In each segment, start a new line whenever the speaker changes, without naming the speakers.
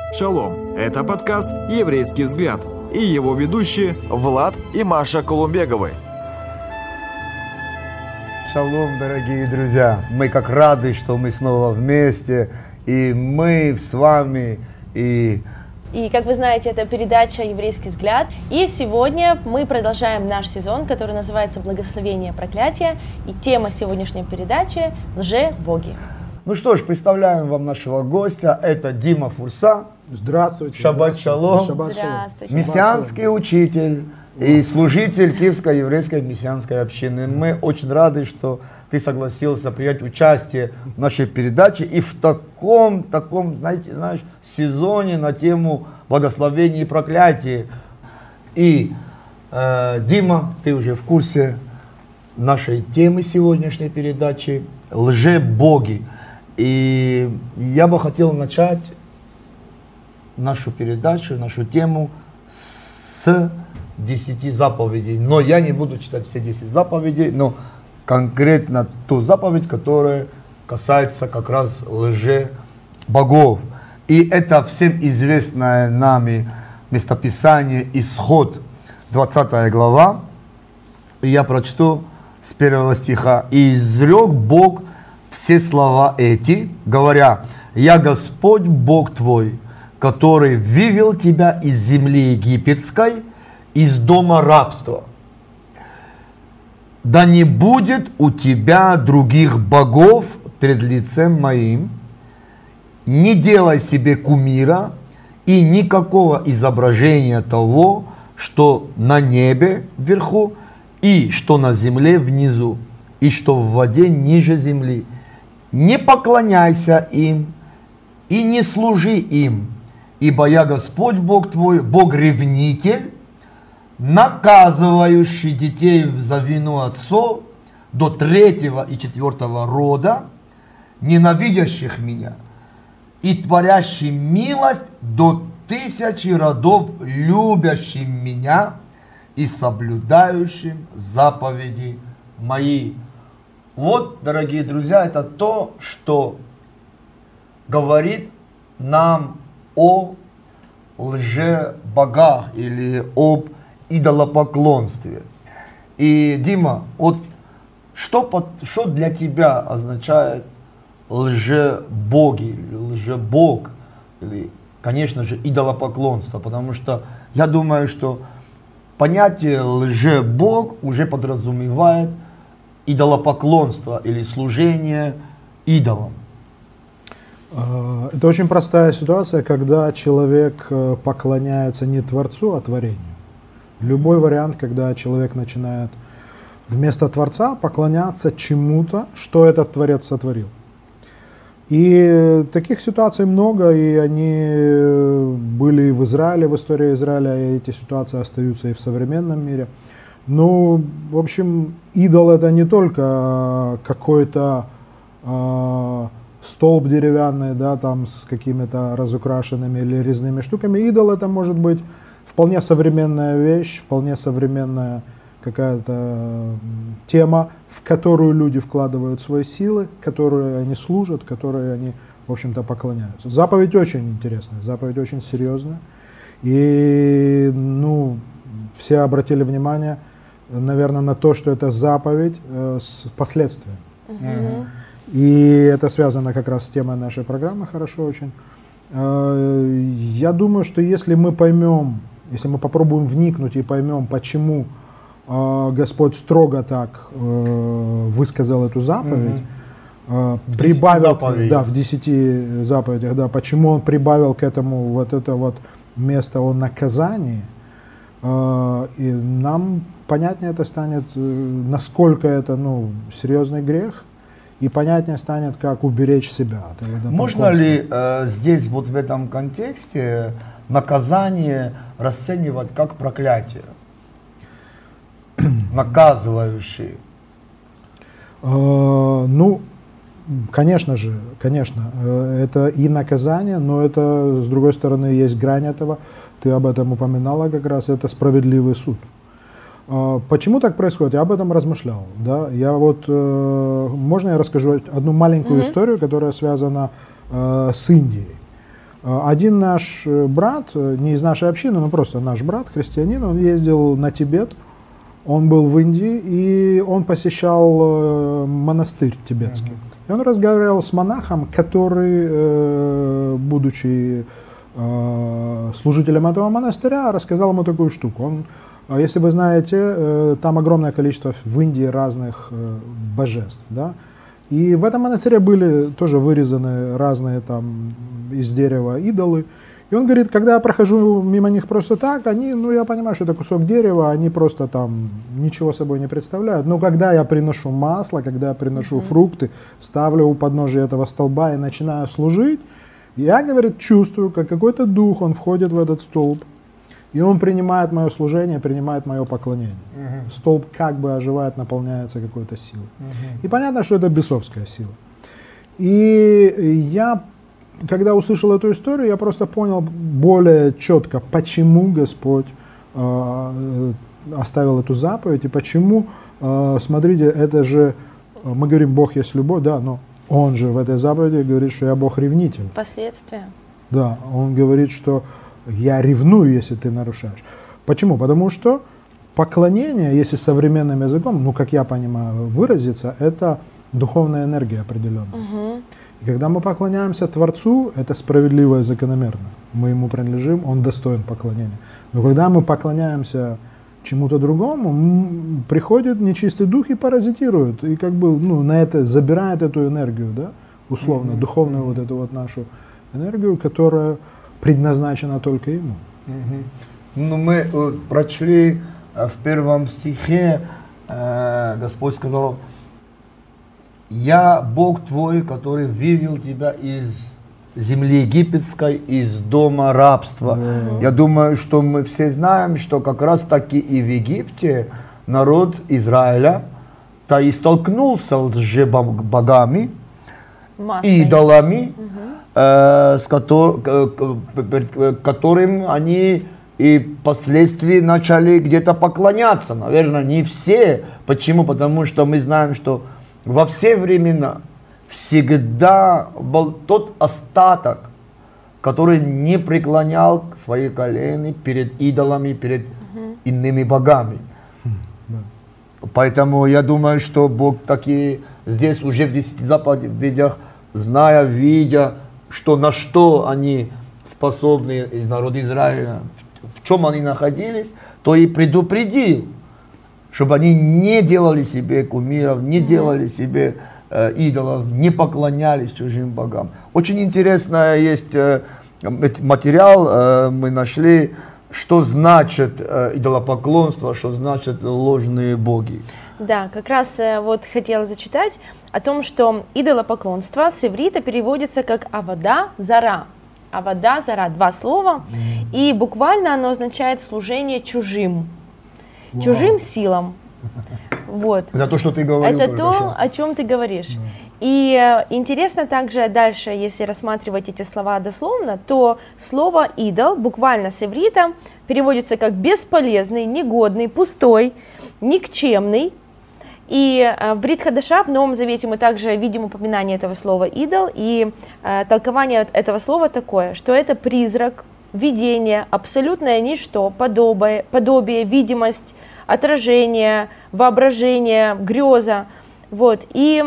Шалом! Это подкаст «Еврейский взгляд» и его ведущие Влад и Маша Колумбеговы.
Шалом, дорогие друзья! Мы как рады, что мы снова вместе, и мы с вами,
И, как вы знаете, это передача «Еврейский взгляд». И сегодня мы продолжаем наш сезон, который называется «Благословение проклятия». И тема сегодняшней передачи – лже-боги.
Ну что ж, представляем вам нашего гостя. Это Дима Фурса.
Здравствуйте.
Шаббат шалом.
Здравствуйте.
Мессианский учитель и служитель Киевской еврейской мессианской общины. Мы очень рады, что ты согласился принять участие в нашей передаче и в таком, знаете, сезоне на тему благословения и проклятия. И, Дима, ты уже в курсе нашей темы сегодняшней передачи – лже-боги. И я бы хотел начать нашу передачу, нашу тему с 10 заповедей. Но я не буду читать все 10 заповедей, но конкретно ту заповедь, которая касается как раз лже-богов. И это всем известное нами местописание Исход, 20 глава. И я прочту с 1 стиха. «И изрек Бог все слова эти, говоря: Я Господь Бог твой, который вывел тебя из земли египетской, из дома рабства. Да не будет у тебя других богов пред лицем моим, не делай себе кумира и никакого изображения того, что на небе вверху, и что на земле внизу, и что в воде ниже земли. Не поклоняйся им и не служи им, ибо я Господь Бог твой, Бог-ревнитель, наказывающий детей за вину отцов до 3-го и 4-го рода, ненавидящих меня, и творящий милость до 1000 родов, любящим меня и соблюдающим заповеди мои». Вот, дорогие друзья, это то, что говорит нам о лже-богах или об идолопоклонстве. И, Дима, вот что для тебя означает лже-боги, лже-бог, или, конечно же, идолопоклонство? Потому что я думаю, что понятие лже-бог уже подразумевает идолопоклонство или служение идолам.
Это очень простая ситуация, когда человек поклоняется не Творцу, а творению. Любой вариант, когда человек начинает вместо Творца поклоняться чему-то, что этот Творец сотворил. И таких ситуаций много, и они были и в Израиле, в истории Израиля, и эти ситуации остаются и в современном мире. Ну, в общем, идол — это не только какой-то столб деревянный, да, там с какими-то разукрашенными или резными штуками. Идол — это может быть вполне современная вещь, вполне современная какая-то тема, в которую люди вкладывают свои силы, которые они служат, которые они, в общем-то, поклоняются. Заповедь очень интересная, заповедь очень серьезная. И, ну, все обратили внимание, наверное, на то, что это заповедь с последствиями. И это связано как раз с темой нашей программы хорошо очень. Я думаю, что если мы поймем, если мы попробуем вникнуть и поймем, почему Господь строго так высказал эту заповедь, прибавил, в 10 заповедях, да, почему Он прибавил к этому вот это вот место о наказании, и нам понятнее это станет, насколько это, ну, серьезный грех, и понятнее станет, как уберечь себя от этого.
Можно ли здесь, вот в этом контексте, наказание расценивать как проклятие? Наказывающие?
Ну, конечно же, конечно, это и наказание, но это, с другой стороны, есть грань этого. Ты об этом упоминала как раз, это справедливый суд. Почему так происходит? Я об этом размышлял. Да? Я вот, можно я расскажу одну маленькую историю, которая связана с Индией. Один наш брат, не из нашей общины, но просто наш брат, христианин, он ездил на Тибет, он был в Индии, и он посещал монастырь тибетский. И он разговаривал с монахом, который, будучи служителем этого монастыря, рассказал ему такую штуку. Если вы знаете, там огромное количество в Индии разных божеств, да? И в этом монастыре были тоже вырезаны разные там из дерева идолы. И он говорит, когда я прохожу мимо них просто так, они, я понимаю, что это кусок дерева, они просто там ничего собой не представляют. Но когда я приношу масло, когда я приношу фрукты, ставлю у подножия этого столба и начинаю служить, я, говорит, чувствую, как какой-то дух, он входит в этот столб, и он принимает мое служение, принимает мое поклонение. Столб как бы оживает, наполняется какой-то силой. И понятно, что это бесовская сила. И я, когда услышал эту историю, я просто понял более четко, почему Господь оставил эту заповедь, и почему, смотрите, это же, мы говорим, Бог есть любовь, да, но Он же в этой заповеди говорит, что я Бог-ревнитель.
Последствия.
Да, Он говорит, что я ревную, если ты нарушаешь. Почему? Потому что поклонение, если современным языком, как я понимаю, выразиться, это духовная энергия определенная. И когда мы поклоняемся Творцу, это справедливо и закономерно. Мы Ему принадлежим, Он достоин поклонения. Но когда мы поклоняемся чему-то другому, приходит нечистый дух и паразитирует. И как бы на это забирает эту энергию, да, условно, духовную вот эту вот нашу энергию, которая предназначена только Ему.
Мы прочли в первом стихе, Господь сказал: «Я Бог твой, который вывел тебя из земли египетской, из дома рабства». Я думаю, что мы все знаем, что как раз таки и в Египте народ Израиля-то и столкнулся с лжебогами, идолами, которым они и впоследствии начали где-то поклоняться. Наверное, не все. Почему? Потому что мы знаем, что во все времена всегда был тот остаток, который не преклонял свои колени перед идолами, перед иными богами. Поэтому я думаю, что Бог таки здесь уже в 10 заповедях, зная, видя, на что они способны, из народа Израиля, в чем они находились, то и предупредил, чтобы они не делали себе кумиров, не делали себе идолов, не поклонялись чужим богам. Очень интересно есть материал, мы нашли, что значит идолопоклонство, что значит ложные боги.
Да, как раз вот хотела зачитать о том, что идолопоклонство с иврита переводится как «авода зара». «Авода зара» — два слова, и буквально оно означает служение чужим, чужим силам. Вот.
Это то, что ты говорил.
Это то, о чем ты говоришь. И интересно также дальше, если рассматривать эти слова дословно, то слово «идол» буквально с иврита переводится как «бесполезный», «негодный», «пустой», «никчемный». И в Брит Хадаша, в Новом Завете, мы также видим упоминание этого слова «идол», и толкование этого слова такое, что это призрак, видение, абсолютное ничто, подобие, видимость, отражение, воображение, греза. Вот. И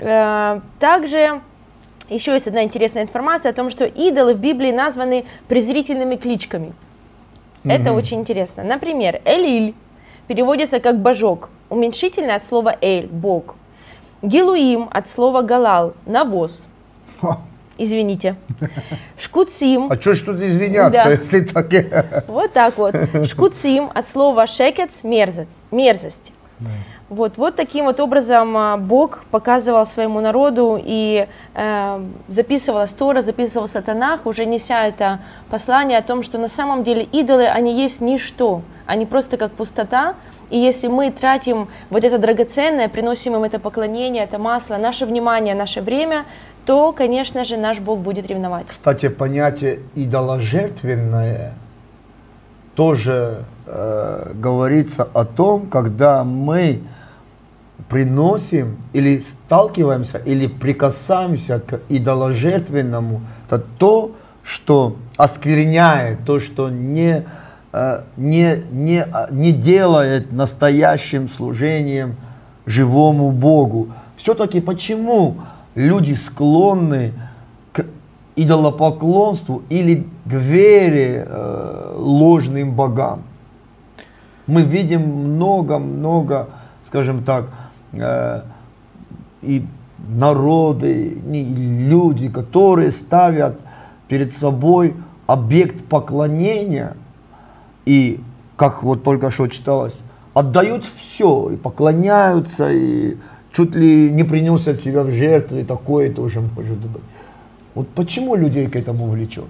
также еще есть одна интересная информация о том, что идолы в Библии названы презрительными кличками. Это очень интересно. Например, Элиль переводится как божок, уменьшительное от слова эль, бог. Гилуим от слова галал, навоз. Извините. Шкуцим.
А что ж тут извиняться,
да.
Если так?
Вот так вот. Шкуцим от слова шекец, мерзость. Да. Вот таким вот образом Бог показывал своему народу и записывалась Тора, записывался Танах, уже неся это послание о том, что на самом деле идолы, они есть ничто, они просто как пустота. И если мы тратим вот это драгоценное, приносим им это поклонение, это масло, наше внимание, наше время, то, конечно же, наш Бог будет ревновать. Кстати,
понятие идоложертвенное тоже говорится о том, когда мы приносим или сталкиваемся, или прикасаемся к идоложертвенному, это то, что оскверняет, то, что не делает настоящим служением живому Богу. Все-таки почему люди склонны к идолопоклонству или к вере ложным богам? Мы видим много, скажем так, и народы, и люди, которые ставят перед собой объект поклонения и, как вот только что читалось, отдают все и поклоняются, и чуть ли не приносят себя в жертву, и такое тоже может быть. Вот почему людей к этому влечет?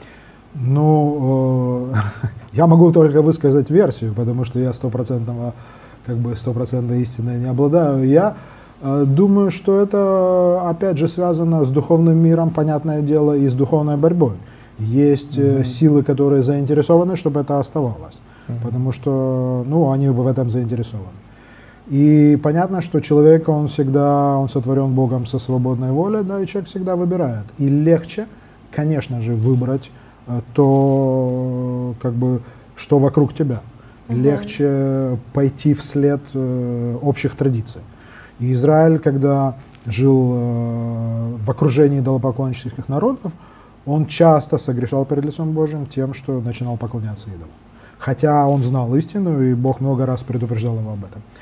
Ну, я могу только высказать версию, потому что я стопроцентной истиной не обладаю. Я думаю, что это, опять же, связано с духовным миром, понятное дело, и с духовной борьбой. Есть силы, которые заинтересованы, чтобы это оставалось, потому что, они в этом заинтересованы. И понятно, что человек, он сотворен Богом со свободной волей, да, и человек всегда выбирает. И легче, конечно же, выбрать то, что вокруг тебя. Легче пойти вслед общих традиций. И Израиль, когда жил в окружении идолопоклоннических народов, он часто согрешал перед лицом Божьим тем, что начинал поклоняться идолам. Хотя он знал истину, и Бог много раз предупреждал его об этом.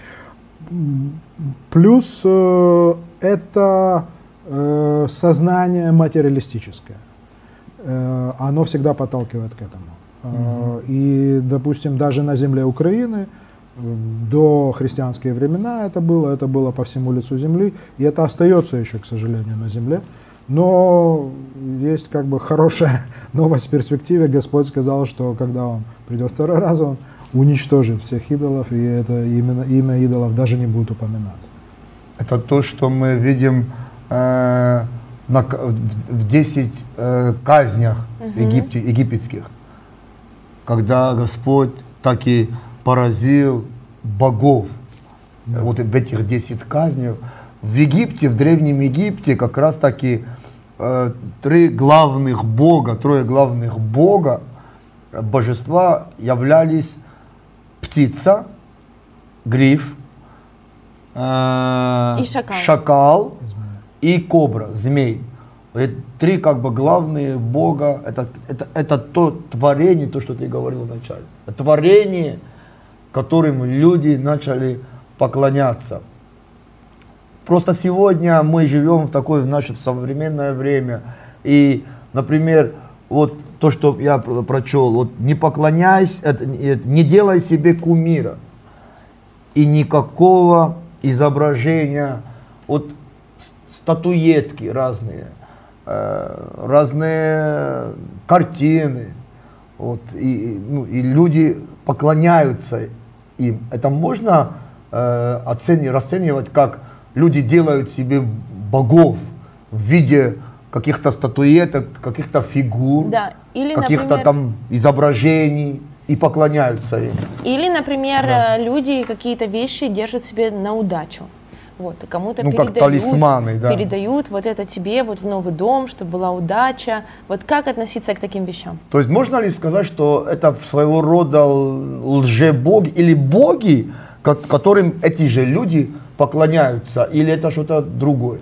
Плюс это сознание материалистическое. Оно всегда подталкивает к этому. И, допустим, даже на земле Украины до христианские времена это было по всему лицу земли, и это остается еще, к сожалению, на земле. Но есть хорошая новость в перспективе. Господь сказал, что когда Он придет второй раз, Он уничтожит всех идолов, и это имя идолов даже не будет упоминаться.
Это то, что мы видим в 10 казнях египетских, когда Господь таки поразил богов. Да. Вот в этих 10 казнях. В Египте, в Древнем Египте как раз таки трое главных бога, божества являлись птица, гриф,
и
шакал и кобра, змей. Это 3 главные бога. Это то творение, то, что ты говорил вначале. Творение, которым люди начали поклоняться. Просто сегодня мы живем в наше современное время. И, например, вот то, что я прочел, не поклоняйся, не делай себе кумира. И никакого изображения, статуэтки разные картины. И люди поклоняются им. Это можно расценивать как люди делают себе богов в виде каких-то статуэток, каких-то фигур,
да. Или,
каких-то
например,
изображений и поклоняются им.
Или, например, люди какие-то вещи держат себе на удачу. И кому-то
как талисманы, да.
передают это тебе в новый дом, чтобы была удача. Как относиться к таким вещам?
То есть можно ли сказать, что это своего рода лжебоги или боги, которым эти же люди поклоняются, или это что-то другое?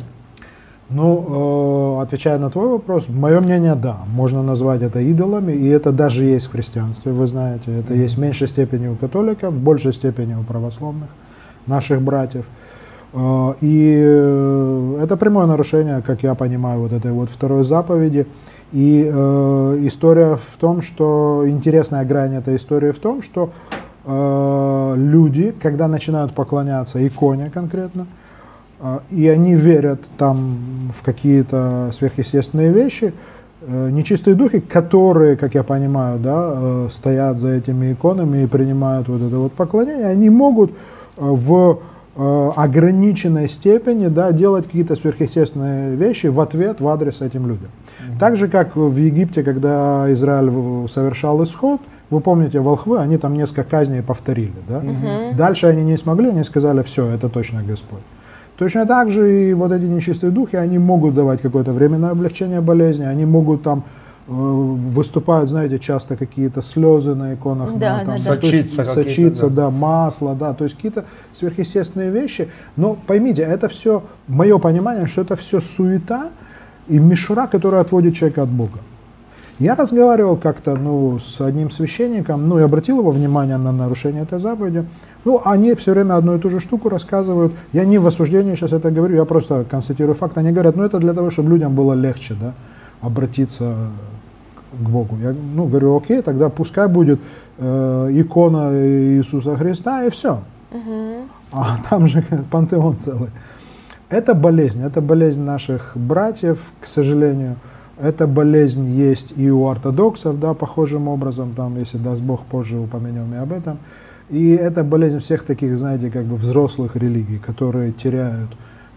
Отвечая на твой вопрос, мое мнение, да, можно назвать это идолами, и это даже есть в христианстве, вы знаете, это есть в меньшей степени у католиков, в большей степени у православных, наших братьев. И это прямое нарушение, как я понимаю, этой второй заповеди. И история в том, что интересная грань этой истории в том, что люди, когда начинают поклоняться иконе конкретно, и они верят там в какие-то сверхъестественные вещи, нечистые духи, которые, как я понимаю, да, стоят за этими иконами и принимают это поклонение, они могут в ограниченной степени, да, делать какие-то сверхъестественные вещи в ответ, в адрес этим людям. Так же, как в Египте, когда Израиль совершал исход, вы помните, волхвы, они там несколько казней повторили. Да? Дальше они не смогли, они сказали, все, это точно Господь. Точно так же и эти нечистые духи, они могут давать какое-то временное облегчение болезни, они могут там выступают, знаете, часто какие-то слезы на иконах,
Да,
там,
да, да.
сочится, да, масло, да, то есть какие-то сверхъестественные вещи. Но поймите, это все, мое понимание, что это все суета и мишура, которая отводит человека от Бога. Я разговаривал как-то с одним священником, и обратил его внимание на нарушение этой заповеди. Они все время одну и ту же штуку рассказывают. Я не в осуждении сейчас это говорю, я просто констатирую факт. Они говорят, это для того, чтобы людям было легче, да, обратиться к Богу. Я говорю, окей, тогда пускай будет икона Иисуса Христа и все. А там же пантеон целый. Это болезнь наших братьев, к сожалению. Эта болезнь есть и у ортодоксов, да, похожим образом, там, если даст Бог, позже упомянем и об этом. И это болезнь всех таких, знаете, как бы взрослых религий, которые теряют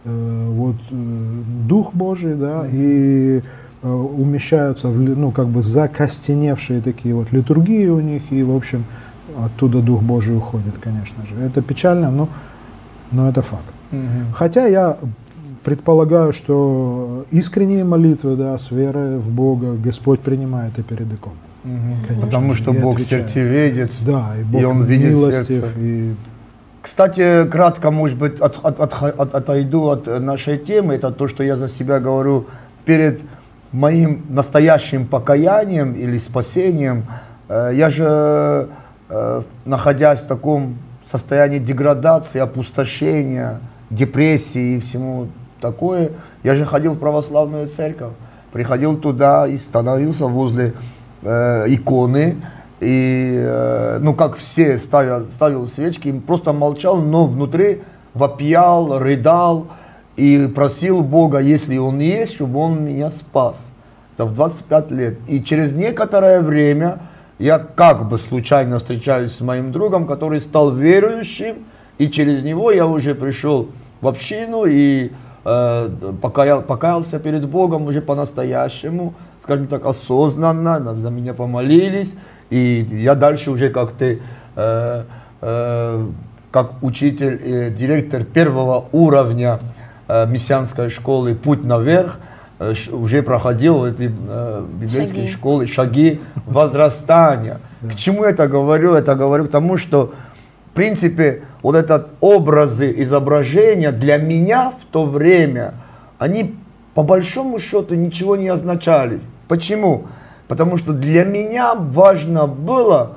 Дух Божий, да, и умещаются в, закостеневшие такие литургии у них, и, в общем, оттуда Дух Божий уходит, конечно же. Это печально, но это факт. Хотя я предполагаю, что искренние молитвы, да, с верой в Бога Господь принимает и перед иконой.
Потому что Бог сердцеведец,
да, и Бог
Он видит
милостив.
сердце. Кстати, кратко, может быть, отойду от нашей темы. Это то, что я за себя говорю перед моим настоящим покаянием или спасением. Я же, находясь в таком состоянии деградации, опустошения, депрессии и всему такое, я же ходил в православную церковь, приходил туда и становился возле иконы, и, как все, ставил свечки, просто молчал, но внутри вопиял, рыдал и просил Бога, если Он есть, чтобы Он меня спас. Это в 25 лет. И через некоторое время я как бы случайно встречаюсь с моим другом, который стал верующим, и через него я уже пришел в общину и покаялся перед Богом уже по-настоящему, скажем так, осознанно, за меня помолились, и я дальше уже как ты, как учитель, директор первого уровня мессианской школы «Путь наверх», уже проходил эти библейские школы, шаги возрастания. К чему я это говорю? Это говорю к тому, что в принципе, этот образы, изображения для меня в то время, они по большому счету ничего не означали. Почему? Потому что для меня важно было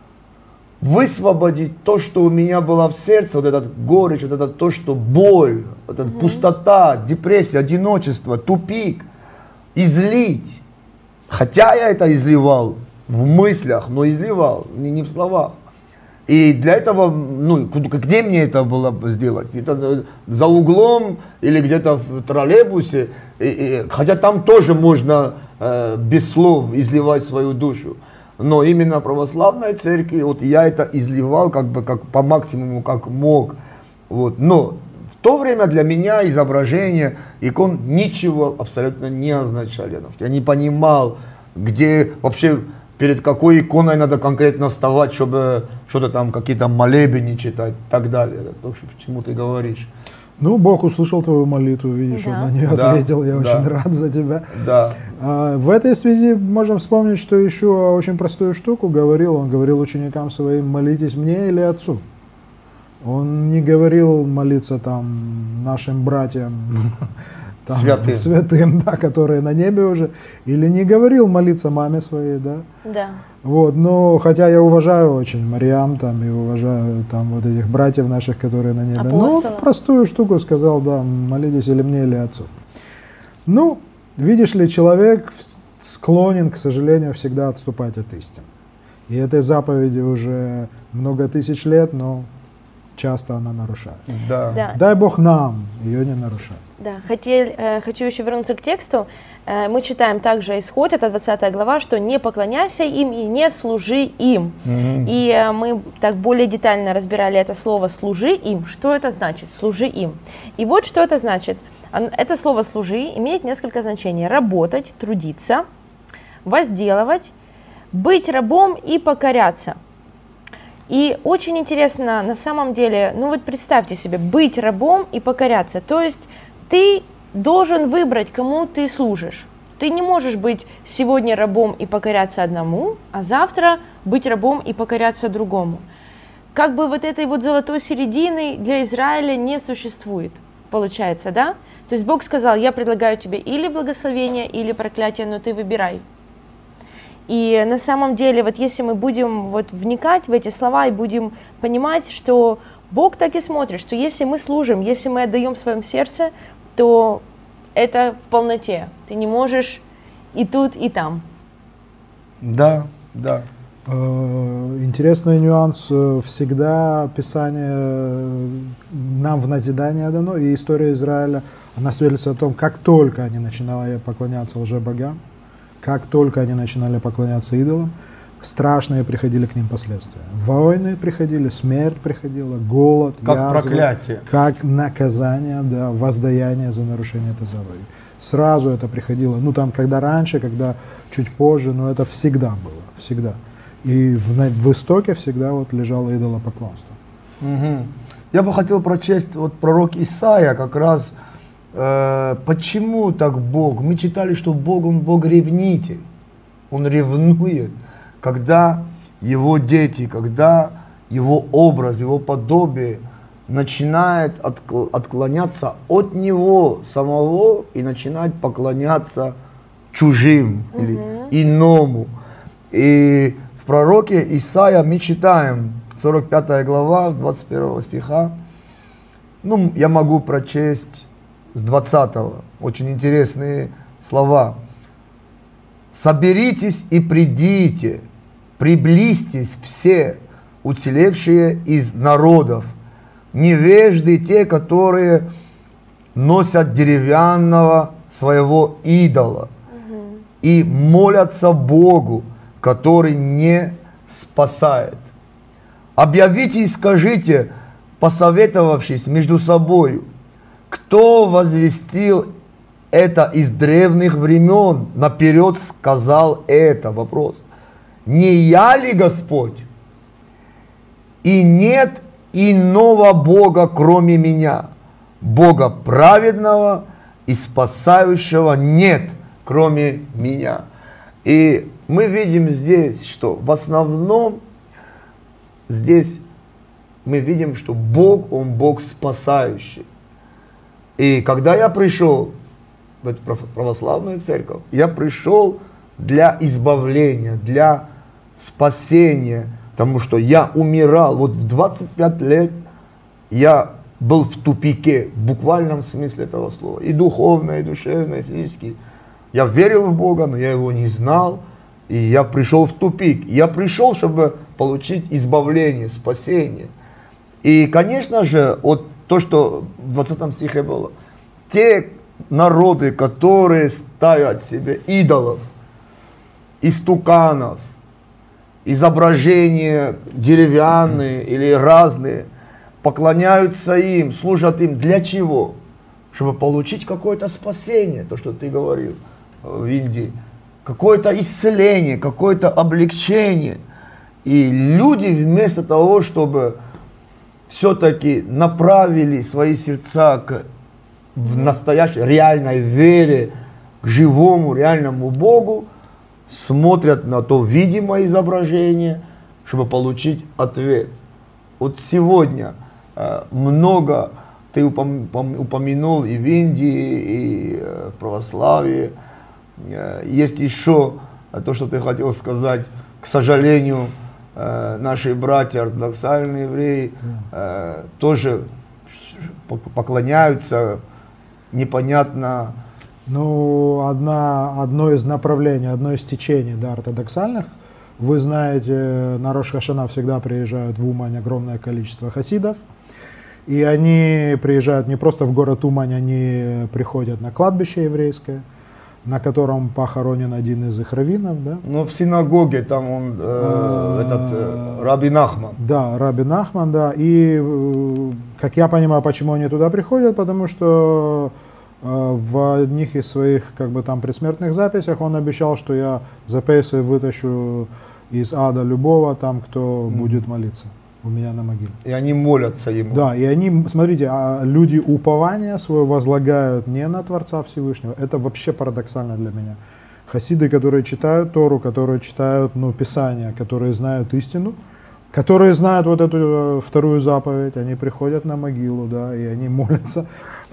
высвободить то, что у меня было в сердце, этот горечь, то, что боль, пустота, депрессия, одиночество, тупик, излить. Хотя я это изливал в мыслях, но изливал, не в словах. И для этого, где мне это было сделать? Это за углом или где-то в троллейбусе, хотя там тоже можно без слов изливать свою душу. Но именно в православной церкви я это изливал как по максимуму, как мог. Но в то время для меня изображение икон ничего абсолютно не означали. Я не понимал, где вообще перед какой иконой надо конкретно вставать, чтобы что-то там, какие-то молебени читать и так далее. То, к чему ты говоришь.
Бог услышал твою молитву, видишь, Он на нее ответил, я очень рад за тебя.
Да.
В этой связи можем вспомнить, что еще очень простую штуку говорил. Он говорил ученикам своим: молитесь мне или Отцу. Он не говорил молиться там нашим братьям, там, святым, да, которые на небе уже, или не говорил молиться маме своей, да.
Да.
Но хотя я уважаю очень Мариам там и уважаю там этих братьев наших, которые на небе. Но простую штуку сказал, да, молитесь или мне, или Отцу. Видишь ли, человек склонен, к сожалению, всегда отступать от истины. И этой заповеди уже много тысяч лет, но часто она нарушается.
Да.
Дай Бог нам ее не нарушать.
Да, хочу еще вернуться к тексту. Мы читаем также Исход, это 20 глава, что не поклоняйся им и не служи им. И мы так более детально разбирали это слово «служи им». Что это значит? «Служи им». И вот что это значит. Это слово «служи» имеет несколько значений. Работать, трудиться, возделывать, быть рабом и покоряться. И очень интересно, на самом деле, представьте себе, быть рабом и покоряться. То есть ты должен выбрать, кому ты служишь. ты не можешь быть сегодня рабом и покоряться одному, а завтра быть рабом и покоряться другому. Как бы вот этой вот золотой середины для Израиля не существует, получается, да? То есть Бог сказал: я предлагаю тебе или благословение, или проклятие, но ты выбирай. И на самом деле, вот если мы будем вот вникать в эти слова и будем понимать, что Бог так и смотрит, что если мы служим, если мы отдаем в своем сердце, то это в полноте. Ты не можешь и тут, и там.
Да, да.
Интересный нюанс. Всегда Писание нам в назидание дано, и история Израиля, она свидетельствует о том, как только они начинали поклоняться лжебогам, как только они начинали поклоняться идолам, страшные приходили к ним последствия. Войны приходили, смерть приходила, голод,
Как
язва,
проклятие.
как наказание, да, воздаяние за нарушение этой заповеди. Сразу это приходило, ну там, когда раньше, когда чуть позже, но это всегда было, всегда. И в истоке всегда вот лежало идолопоклонство.
Угу. Я бы хотел прочесть вот пророк Исаия как раз, почему так Бог. Мы читали, что Бог, Он Бог-ревнитель. Он ревнует, когда Его дети, когда Его образ, Его подобие начинает отклоняться от Него самого и начинает поклоняться чужим или иному. И в пророке Исаия мы читаем, 45 глава, 21 стиха, ну, я могу прочесть с 20, очень интересные слова. «Соберитесь и придите, приблизьтесь все, уцелевшие из народов, невежды те, которые носят деревянного своего идола и молятся Богу, который не спасает. Объявите и скажите, посоветовавшись между собою, кто возвестил это из древних времен, наперед сказал это?» Вопрос. «Не я ли Господь? И нет иного Бога, кроме меня, Бога праведного и спасающего нет, кроме меня». И мы видим здесь, что в основном здесь мы видим, что Бог, Он Бог спасающий. И когда я пришел в эту православную церковь, я пришел для избавления, для спасения, потому что я умирал. Вот в 25 лет я был в тупике, в буквальном смысле этого слова. И духовно, и душевно, и физически. Я верил в Бога, но я Его не знал. И я пришел в тупик. Я пришел, чтобы получить избавление, спасение. И, конечно же, вот то, что в 20 стихе было. Те народы, которые ставят себе идолов, истуканов, изображения деревянные или разные, поклоняются им, служат им. Для чего? Чтобы получить какое-то спасение, то, что ты говорил в Индии. Какое-то исцеление, какое-то облегчение. И люди вместо того, чтобы все-таки направили свои сердца к настоящей, реальной вере, к живому, реальному Богу, смотрят на то видимое изображение, чтобы получить ответ. Вот сегодня много, ты упомянул и в Индии, и в православии. Есть еще то, что ты хотел сказать, к сожалению, наши братья, ортодоксальные евреи, тоже поклоняются непонятно.
Ну, одно из направлений, одно из течений, да, ортодоксальных. Вы знаете, на Рош ха-Шана всегда приезжают в Умань огромное количество хасидов. И они приезжают не просто в город Умань, они приходят на кладбище еврейское, на котором похоронен один из их раввинов, да?
Но в синагоге там он, Раби Нахман.
Да, Раби Нахман, да. И, как я понимаю, почему они туда приходят, потому что в одних из своих, как бы, там предсмертных записях он обещал, что я за Пейсой вытащу из ада любого там, кто будет молиться. у меня на могиле.
И они молятся ему.
Да, и они, смотрите, люди упование свое возлагают не на Творца Всевышнего. Это вообще парадоксально для меня. Хасиды, которые читают Тору, которые читают Писания, которые знают истину, которые знают вот эту вторую заповедь, они приходят на могилу, да, и они молятся,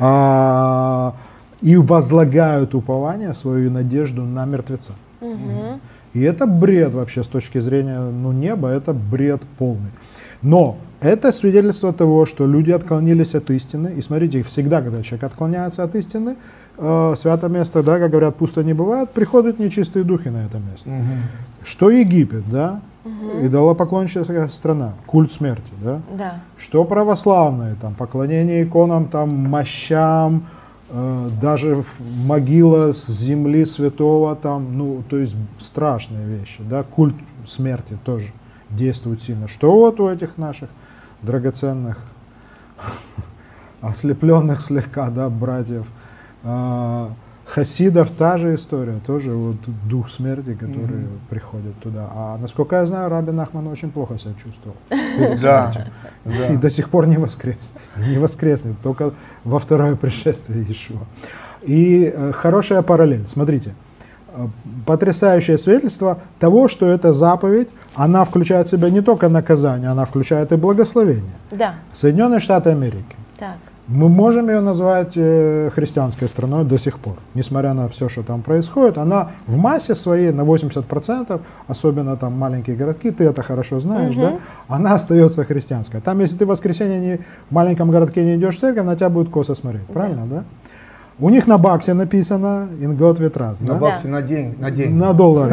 и возлагают упование, свою надежду на мертвеца. И это бред вообще с точки зрения неба, это бред полный. Но это свидетельство того, что люди отклонились от истины. И смотрите, всегда, когда человек отклоняется от истины, святое место, да, как говорят, пусто не бывает, приходят нечистые духи на это место. Что Египет, да, идолопоклонническая страна, культ смерти, да?
Да.
Что православные, там, поклонение иконам, там, мощам, даже могила с земли святого, там, то есть страшные вещи, да, культ смерти тоже действует сильно. Что вот у этих наших драгоценных, ослепленных слегка, да, братьев, хасидов та же история, тоже вот дух смерти, который приходит туда. А насколько я знаю, Раби Нахман очень плохо себя чувствовал перед смертью. И до сих пор не воскрес. Не воскреснет, только во второе пришествие Иешуа. И хорошая параллель. Смотрите, потрясающее свидетельство того, что эта заповедь, она включает в себя не только наказание, она включает и благословение.
Да.
Соединенные Штаты Америки.
Так.
Мы можем ее назвать христианской страной до сих пор. Несмотря на все, что там происходит, она в массе своей на 80%, особенно там маленькие городки, ты это хорошо знаешь, да, она остается христианской. Там, если ты в воскресенье в маленьком городке не идешь в церковь, на тебя будет косо смотреть, правильно, да? У них на баксе написано «In God we trust»,
на
да?
баксе, на деньги.
На доллары,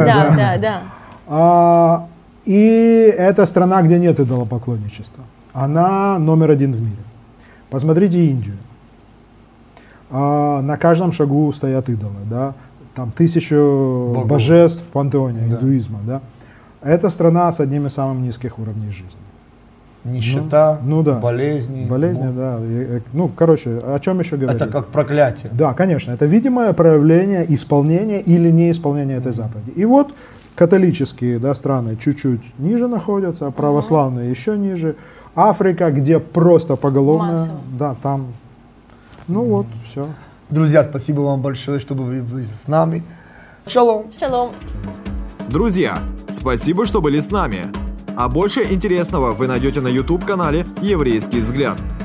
Да.
И это страна, где нет идолопоклонничества. Она номер 1 в мире. Посмотрите Индию. На каждом шагу стоят идолы, да? Там 1000 божеств в пантеоне индуизма, да? Это страна с одним из самых низких уровней жизни.
Нищета,
да.
болезни.
Болезни, да. Короче, о чем еще говорить?
Это как проклятие.
Да, конечно. Это видимое проявление исполнения или неисполнения этой заповеди. И вот католические, да, страны чуть-чуть ниже находятся, православные еще ниже. Африка, где просто поголовно,
массово.
Да, там, вот, все.
Друзья, спасибо вам большое, что вы были с нами. Шалом.
Шалом.
Друзья, спасибо, что были с нами. А больше интересного вы найдете на YouTube-канале «Еврейский взгляд».